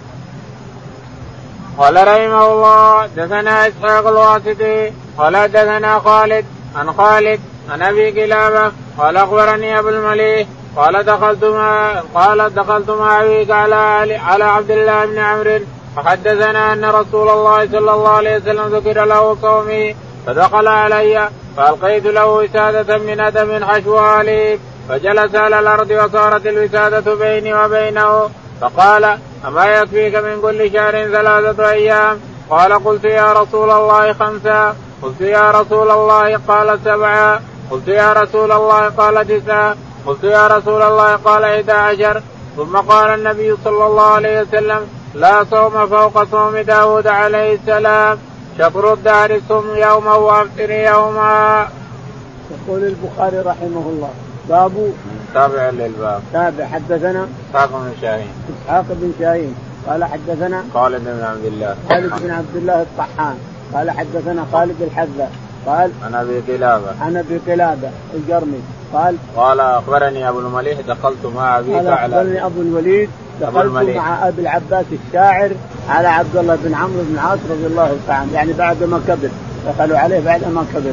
قال رحمه الله دثنا إسحاق الواسطي قال دثنا خالد عن خالد عن أبي قلابة قال أخبرني أبو المليح قال دخلت مع قال دخلت مع أبيك على على عبد الله بن عمرو فحدثنا أن رسول الله صلى الله عليه وسلم ذكر له صومي فدخل علي فألقيت له وسادة من أدم حشوها لي فجلس على الأرض وصارت الوسادة بيني وبينه فقال أما يكفيك من كل شهر ثلاثة أيام؟ قال قلت يا رسول الله خمسة. قلت يا رسول الله قال سبعة. قلت يا رسول الله قال تسعة. قلت يا رسول الله قال إحدى عشر. ثم قال النبي صلى الله عليه وسلم لا صوم فوق صوم داود عليه السلام شطر الدهر صم يوما وافطر يوما. يقول البخاري رحمه الله باب تابع للباب. تابع. حدثنا إسحاق بن شاهين إسحاق بن شاهين قال حدثنا خالد بن عبد الله خالد بن عبد الله الطحان قال حدثنا خالد الحذاء قال عن ابي قلابه عن ابي قلابه الجرمي قال قال اخبرني ابو المليح دخلت مع ابي قال اخبرني ابو الوليد دخلت مع ابي العباس الشاعر على عبد الله بن عمرو بن العاص رضي الله تعالى عنه، يعني بعد ما كبر دخلوا عليه بعد ما كبر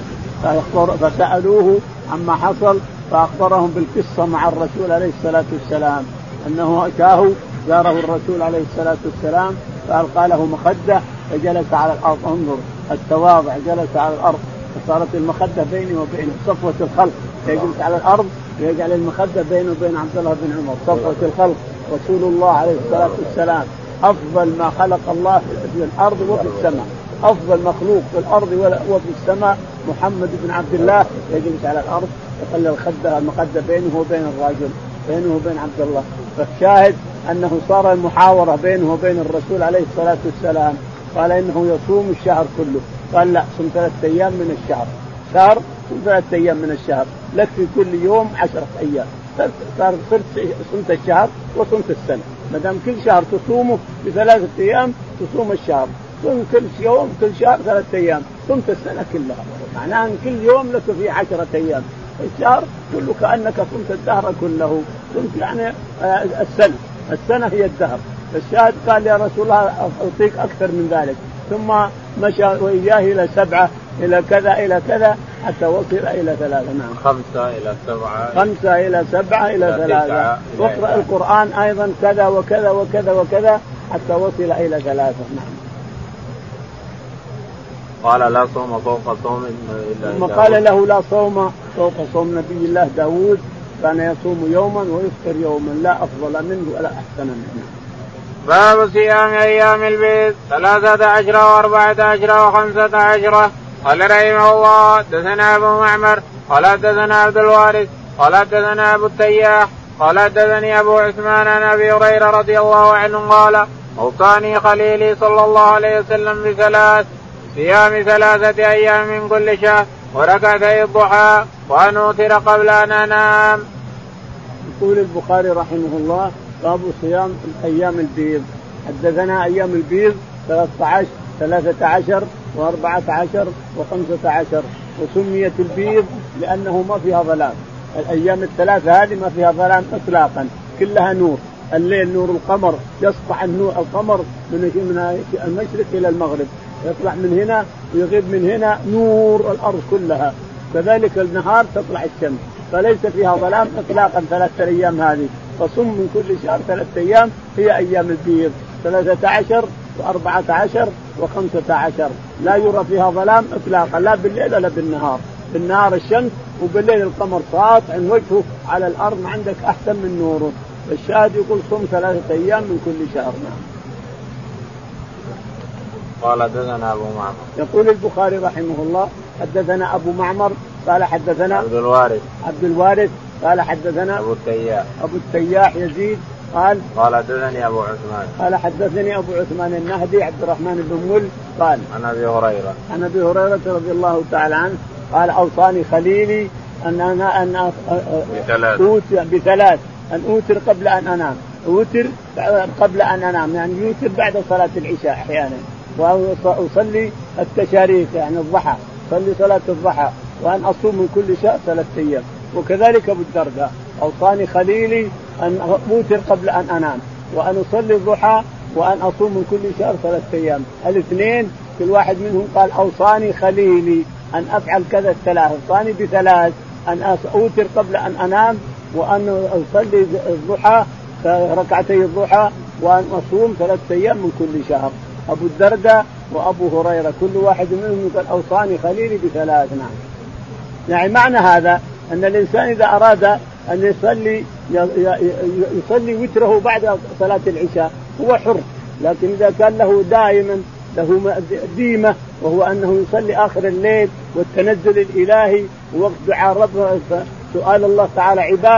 فسالوه عما حصل فاخبرهم بالقصه مع الرسول عليه الصلاه والسلام انه اتاه زاره الرسول عليه الصلاه والسلام فالقى له مخده فجلس على الارض. انظر التواضع، جلس على الارض فصارت المخده بيني وبينه صفوه الخلق، يجلس على الارض ويجعل المخده بينه وبين عبد الله بن عمر صفوه الخلق رسول الله عليه الصلاه والسلام أفضل ما خلق الله في الأرض وفي السماء، أفضل مخلوق في الأرض وفي السماء محمد بن عبد الله يجلس على الأرض يخلي الخدة المخدة بينه وبين الرجل بينه وبين عبد الله. فالشاهد أنه صار المحاورة بينه وبين الرسول عليه الصلاة والسلام. قال إنه يصوم الشهر كله، قال لا صم ثلاثة أيام من الشهر، شهر صم ثلاثة أيام من الشهر لك في كل يوم عشرة أيام، صار صرت صمت الشهر وصمت السنة. ما دام كل شهر تصومه بثلاثة أيام تصوم الشهر، صوم كل يوم كل شهر ثلاثة أيام صمت السنة كلها، معناه أن كل يوم لك في عشرة أيام، الشهر كله كأنك صمت الدهر كله، صمت يعني السنة، السنة هي الدهر. فالشاهد قال يا رسول الله أعطيك أكثر من ذلك، ثم مشى وإياه إلى سبعة إلى كذا إلى كذا حتى وصل إلى ثلاثة. نعم خمسة إلى سبعة خمسة إلى سبعة إلى ثلاثة، واقرأ القرآن أيضا كذا وكذا وكذا وكذا حتى وصل إلى ثلاثة. نعم. قال لا صوم فوق صوم إلا ثم قال له لا صوم فوق صوم نبي الله داود، كان يصوم يوما ويفطر يوما، لا أفضل منه ولا أحسن منه. باب صيام أيام البيض ثلاثة عشر وأربعة عشر وخمسة عشر. قال رحمه الله حدثنا أبو معمر قال حدثنا عبد الوارث قال حدثنا أبو التياح قال حدثني أبو عثمان عن أبي هريرة رضي الله عنه قال أوصاني خليلي صلى الله عليه وسلم بثلاث: صيام ثلاثة أيام من كل شهر وركعتي الضحى وأن أوتر قبل أن أنام. يقول البخاري رحمه الله باب صيام أيام البيض. حدثنا أيام البيض ثلاثة عشر ثلاثة عشر وأربعة عشر وخمسة عشر، وسميت البيض لأنه ما فيها ظلام. الأيام الثلاثة هذه ما فيها ظلام إطلاقا، كلها نور، الليل نور القمر، يسطع النور القمر من المشرق إلى المغرب، يطلع من هنا ويغيب من هنا، نور الأرض كلها. كذلك النهار تطلع الشمس، فليس فيها ظلام إطلاقا ثلاثة أيام هذه. فصم من كل شهر ثلاثة أيام هي أيام البيض، ثلاثة عشر وأربعة عشر وخمسة عشر، لا يرى فيها ظلام إطلاقا، لا بالليل ولا بالنهار. بالنهار الشمس وبالليل القمر ساطع وجهه على الأرض، ما عندك أحسن من نوره. الشاهد يقول صم ثلاثة أيام من كل شهر. قال حدثنا أبو معمر. يقول البخاري رحمه الله حدثنا أبو معمر قال حدثنا عبد الوارث عبد الوارث قال حدثنا أبو التياح أبو التياح يزيد قال قال حدثني أبو عثمان قال حدثني أبو عثمان النهدي عبد الرحمن بن مل قال عن أبي هريرة عن أبي هريرة رضي الله تعالى عنه قال أوصاني خليلي أن أنا أن أوتر بثلاث، أن أوتر قبل أن أنام، أوتر قبل أن أنام يعني يوتر بعد صلاة العشاء أحيانا، وأصلي التشاريف يعني الضحى، صلي صلاة الضحى، وأن أصوم من كل شهر ثلاثة أيام. وكذلك أبو الدرداء أوصاني خليلي أن أوتر قبل أن أنام، وأن أصلي الضحى، وأن أصوم من كل شهر ثلاثة أيام. الاثنين كل واحد منهم قال أوصاني خليلي أن أفعل كذا الثلاث، أوصاني بثلاث: أن أوتر قبل أن أنام، وأن أصلي الضحى ركعتي الضحى، وأن أصوم ثلاثة أيام من كل شهر. أبو الدرداء وأبو هريرة كل واحد منهم قال أوصاني خليلي بثلاث. نعم. يعني معنى هذا أن الإنسان إذا أراد أن يصلي يصلي وتره بعد صلاة العشاء هو حر، لكن إذا كان له دائما له ديمة وهو أنه يصلي آخر الليل والتنزل الإلهي ووقت دعاء ربه سؤال الله تعالى عبادة،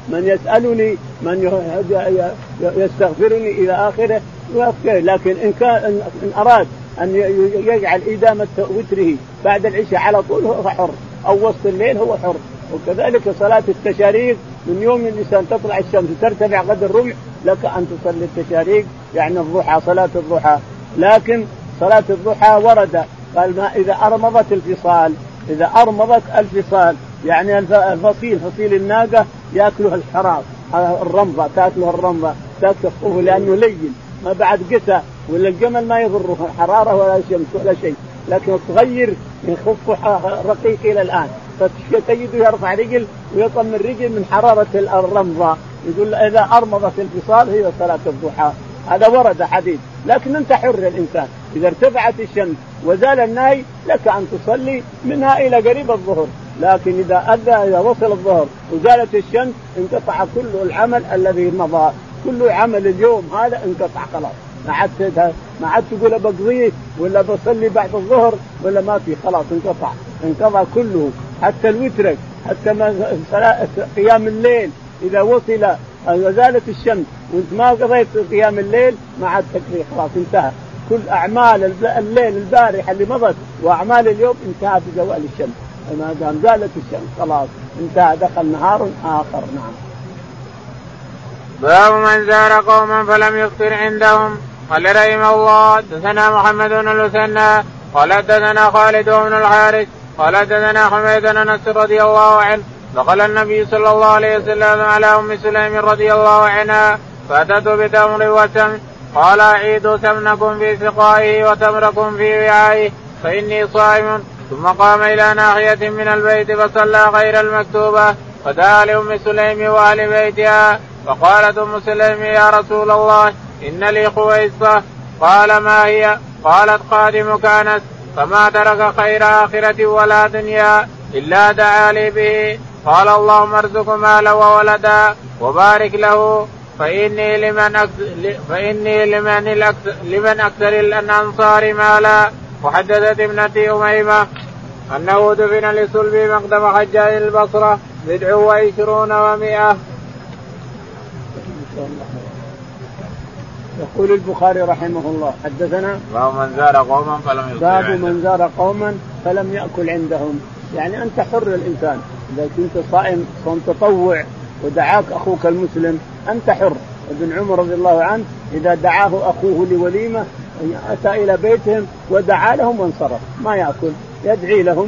من يسألني من يستغفرني إلى آخره. لكن إن كان إن أراد أن يجعل إدامة وتره بعد العشاء على طول هو حر، أو وسط الليل هو حر. وكذلك صلاة التشاريق من يوم الإنسان تطلع الشمس ترتفع قدر الرمح لك أن تصلي التشاريق يعني الضحى، صلاة الضحى. لكن صلاة الضحى ورد قال ما إذا أرمضت الفصال، إذا أرمضت الفصال يعني الفصيل فصيل الناقة يأكله الحرام، الرمضة تأكله الرمضة تأكله لأنه لين ما بعد قسى، ولا الجمل ما يضره حرارة ولا شمس ولا شيء، لكن تغير من خفه رقيق إلى الآن فتجده يرفع رجل ويطم الرجل من حرارة الرمضة. يقول إذا أرمضت الفصال هي صلاة الضحى، هذا ورد حديث. لكن أنت حر الإنسان إذا ارتفعت الشمس وزال النهي لك أن تصلي منها إلى قريب الظهر، لكن إذا أدى إذا وصل الظهر وزالت الشمس انقطع كل العمل الذي مضى، كل عمل اليوم هذا انقطع خلاص، ما عاد ما عاد تقول بقضيه ولا بصلي بعد الظهر ولا ما في، خلاص انقطع انقطع كله، حتى الوتر حتى ما قيام الليل إذا وصل وزالت الشمس وانت ما قضيت قيام الليل ما عاد تكفي، خلاص انتهى كل أعمال الليل البارحة اللي مضت وأعمال اليوم انتهى بزوال الشمس، ما دام زالت الشمس خلاص انتهى، دخل نهار آخر. نعم. باب من زار قوما فلم يفطر عندهم. قال رحمه الله حدثنا محمد بن المثنى قال حدثنا خالد بن الحارث قال حدثنا حميد بن انس رضي الله عنه دخل النبي صلى الله عليه وسلم على ام سليم رضي الله عنها فاتته بتمر وسمن قال اعيدوا سمنكم في سقائه وتمركم في وعائه فاني صائم. ثم قام الى ناحيه من البيت فصلى غير المكتوبه فدعا لام سليم واهل بيتها فقالت ام سليم يا رسول الله إن لي خويصة. قال ما هي؟ قالت خادمك أنس فما ترك خير آخرة ولا دنيا إلا دعا لي به. قال اللهم ارزق ماله وولدا وبارك له فإني لمن أكثر, فإني لمن الأكثر, لمن أكثر الأنصار مالا. وحدثت ابنتي أميمة أنه دفن لصلب مقدم حجاج البصرة بدع وعشرون ومئة. يقول البخاري رحمه الله حدثنا باب من زار قوما فلم يأكل باب من زار قوما فلم يأكل عندهم، يعني أنت حر الإنسان إذا كنت صائم صوم تطوع ودعاك أخوك المسلم أنت حر. ابن عمر رضي الله عنه إذا دعاه أخوه لوليمة أتى إلى بيتهم ودعا لهم وانصرف ما يأكل، يدعي لهم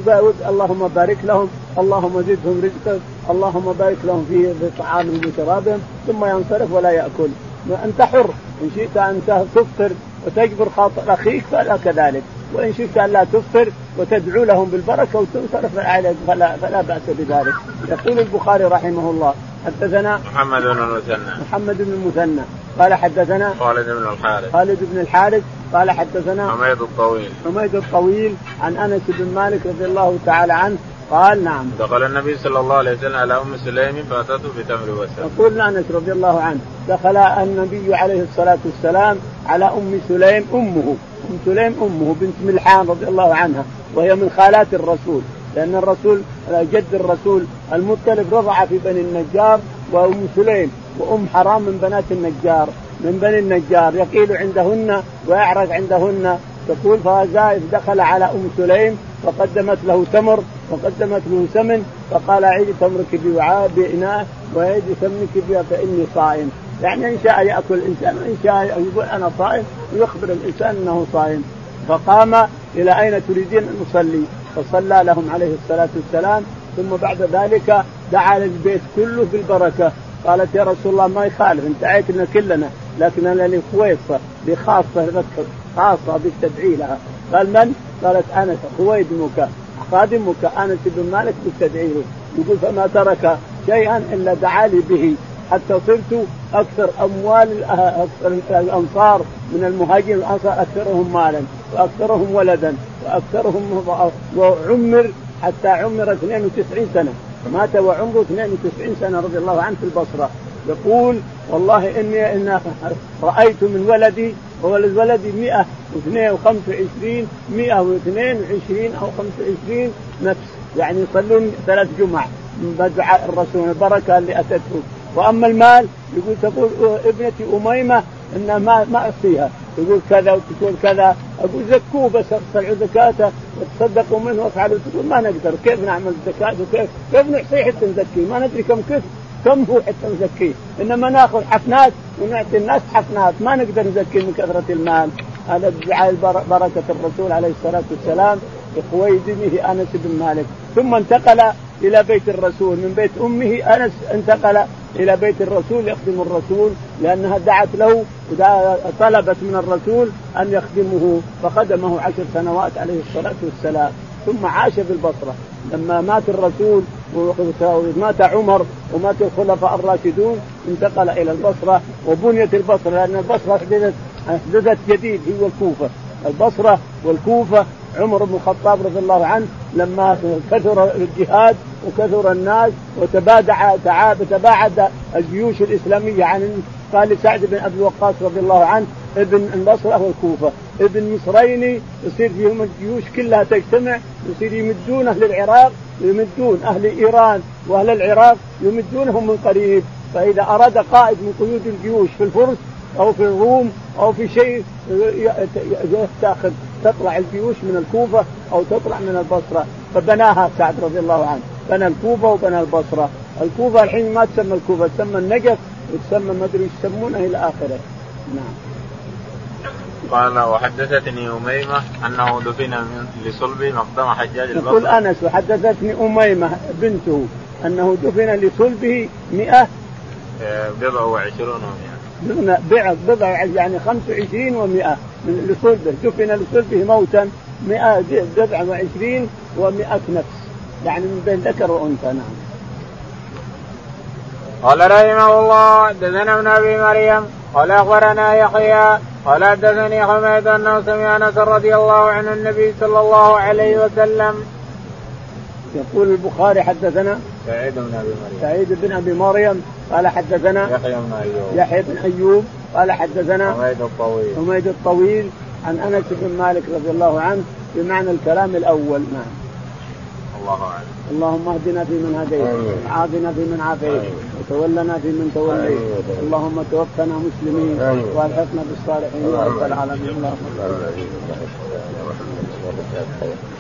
اللهم بارك لهم اللهم زدهم رزقا اللهم بارك لهم في طعامهم وشرابهم ثم ينصرف ولا يأكل. أنت حر إن شئت أن تفطر وتجبر خاطر أخيك فلا كذلك، وإن شئت أن لا تفطر وتدعو لهم بالبركة وتنصرف فلا, فلا بأس بذلك. يقول البخاري رحمه الله حدثنا محمد بن المثنى محمد بن المثنى قال حدثنا خالد بن الحارث خالد بن الحارث قال حدثنا حميد الطويل حميد الطويل عن أنس بن مالك رضي الله تعالى عنه قال نعم دخل النبي صلى الله عليه وسلم على أم سليم فأتته بتمر وسمن. يقول أنس رضي الله عنه دخل النبي عليه الصلاة والسلام على أم سليم أمه أم سليم أمه بنت ملحان رضي الله عنها وهي من خالات الرسول، لأن الرسول جد الرسول المطلب رضع في بني النجار، وأم سليم وأم حرام من بنات النجار من بني النجار يقيل عندهن ويعرق عندهن. تقول فزائف دخل على أم سليم فقدمت له تمر وقدمت له سمن فقال عيدي تمرك بوعاء بإناء وعيدي سمنك بها فإني صائم، يعني إن شاء يأكل الإنسان وإن شاء يقول أنا صائم ويخبر الإنسان أنه صائم. فقام إلى أين تريدين أن نصلي؟ فصلى لهم عليه الصلاة والسلام، ثم بعد ذلك دعا للبيت كله بالبركة. قالت يا رسول الله ما يخالف انت عيتنا كلنا، لكن أنا لي خويصة بخاصة خاصة بالتدعي لها. قال من؟ قالت أنس خويدمك خادمك أنس بن مالك بالتدعي له. يقول فما ترك شيئا إلا دعا لي به حتى صرت أكثر أموال أكثر الأنصار من المهاجرين الأنصار أكثرهم مالا وأكثرهم ولدا وأكثرهم وعمر حتى عمر اثنين وتسعين سنة، مات وعمره اثنين وتسعين سنة رضي الله عنه في البصرة. يقول والله إني إن رأيت من ولدي وولد ولدي مئة واثنين وخمسة وعشرين مئة واثنين وعشرين أو خمسة وعشرين نفس، يعني يصلون ثلاث جمع من دعاء الرسول البركة اللي أتته. وأما المال يقول تقول ابنتي أميمة إنها ما ما أعطيها، يقول كذا وتقول كذا، أقول زكوه بس اطلعوا زكاته وتصدقوا منه وافعلوا، تقول ما نقدر، كيف نعمل زكاة وكيف كيف نحصيه حتى نزكيه، ما ندري كم كيف كم هو حتى نزكيه، إنما نأخذ حفنات ونعطي الناس حفنات، ما نقدر نزكيه من كثرة المال. هذا ادعاء بركة الرسول عليه الصلاة والسلام لخويلد به أنس بن مالك. ثم انتقل إلى بيت الرسول، من بيت أمه أنس انتقل إلى بيت الرسول يخدم الرسول، لأنها دعت له وطلبت من الرسول أن يخدمه، فخدمه عشر سنوات عليه الصلاة والسلام. ثم عاش بالبصرة لما مات الرسول ومات عمر ومات الخلفاء الراشدون، انتقل إلى البصرة وبنيت البصرة، لأن البصرة حدثت حدثت جديد هي الكوفة. البصرة والكوفة عمر بن الخطاب رضي الله عنه لما كثر الجهاد وكثر الناس وتبادع تباعد الجيوش الإسلامية عن، قال سعد بن أبي وقاص رضي الله عنه ابن البصرة والكوفة ابن مصرين يصير فيهم الجيوش كلها تجتمع، يصير يمدون أهل العراق يمدون أهل إيران وأهل العراق يمدونهم من قريب. فإذا أراد قائد من قيود الجيوش في الفرس أو في الروم أو في شيء تأخذ تطلع الجيوش من الكوفة أو تطلع من البصرة، فبناها سعد رضي الله عنه، بنى الكوفة وبنى البصرة. الكوفة الحين ما تسمى الكوفة، تسمى النجف وتسمى ما أدري يسمونها إلى آخره. نعم. قال وحدثتني أميمة أنه دفن لصلبه مقدم حجاج البصري. يقول أنس وحدثتني أميمة بنته أنه دفن لصلبه مئة بضع وعشرون ومئة بضع بضع يعني خمس وعشرين ومئة من لصلبه، دفن لصلبه موتا مئة بضع وعشرين ومئة نفس، يعني من بين ذكر وأنثى. نعم. قال رحمه الله حدثنا ابن أبي مريم قال أخبرنا يحيى قال حدثني حميد أنه سمع أنس رضي الله عنه النبي صلى الله عليه وسلم. يقول البخاري حدثنا سعيد بن أبي مريم سعيد بن أبي مريم قال حدثنا يحيى بن أيوب يحيى بن أيوب قال حدثنا حميد الطويل حميد الطويل عن أنس بن مالك رضي الله عنه بمعنى الكلام الأول. نعم. الله أعلم. اللهم اهدنا فيمن هديت وعافنا فيمن عافيت وتولنا فيمن توليت، اللهم توفنا مسلمين والحقنا بالصالحين يا رب العالمين. اللهم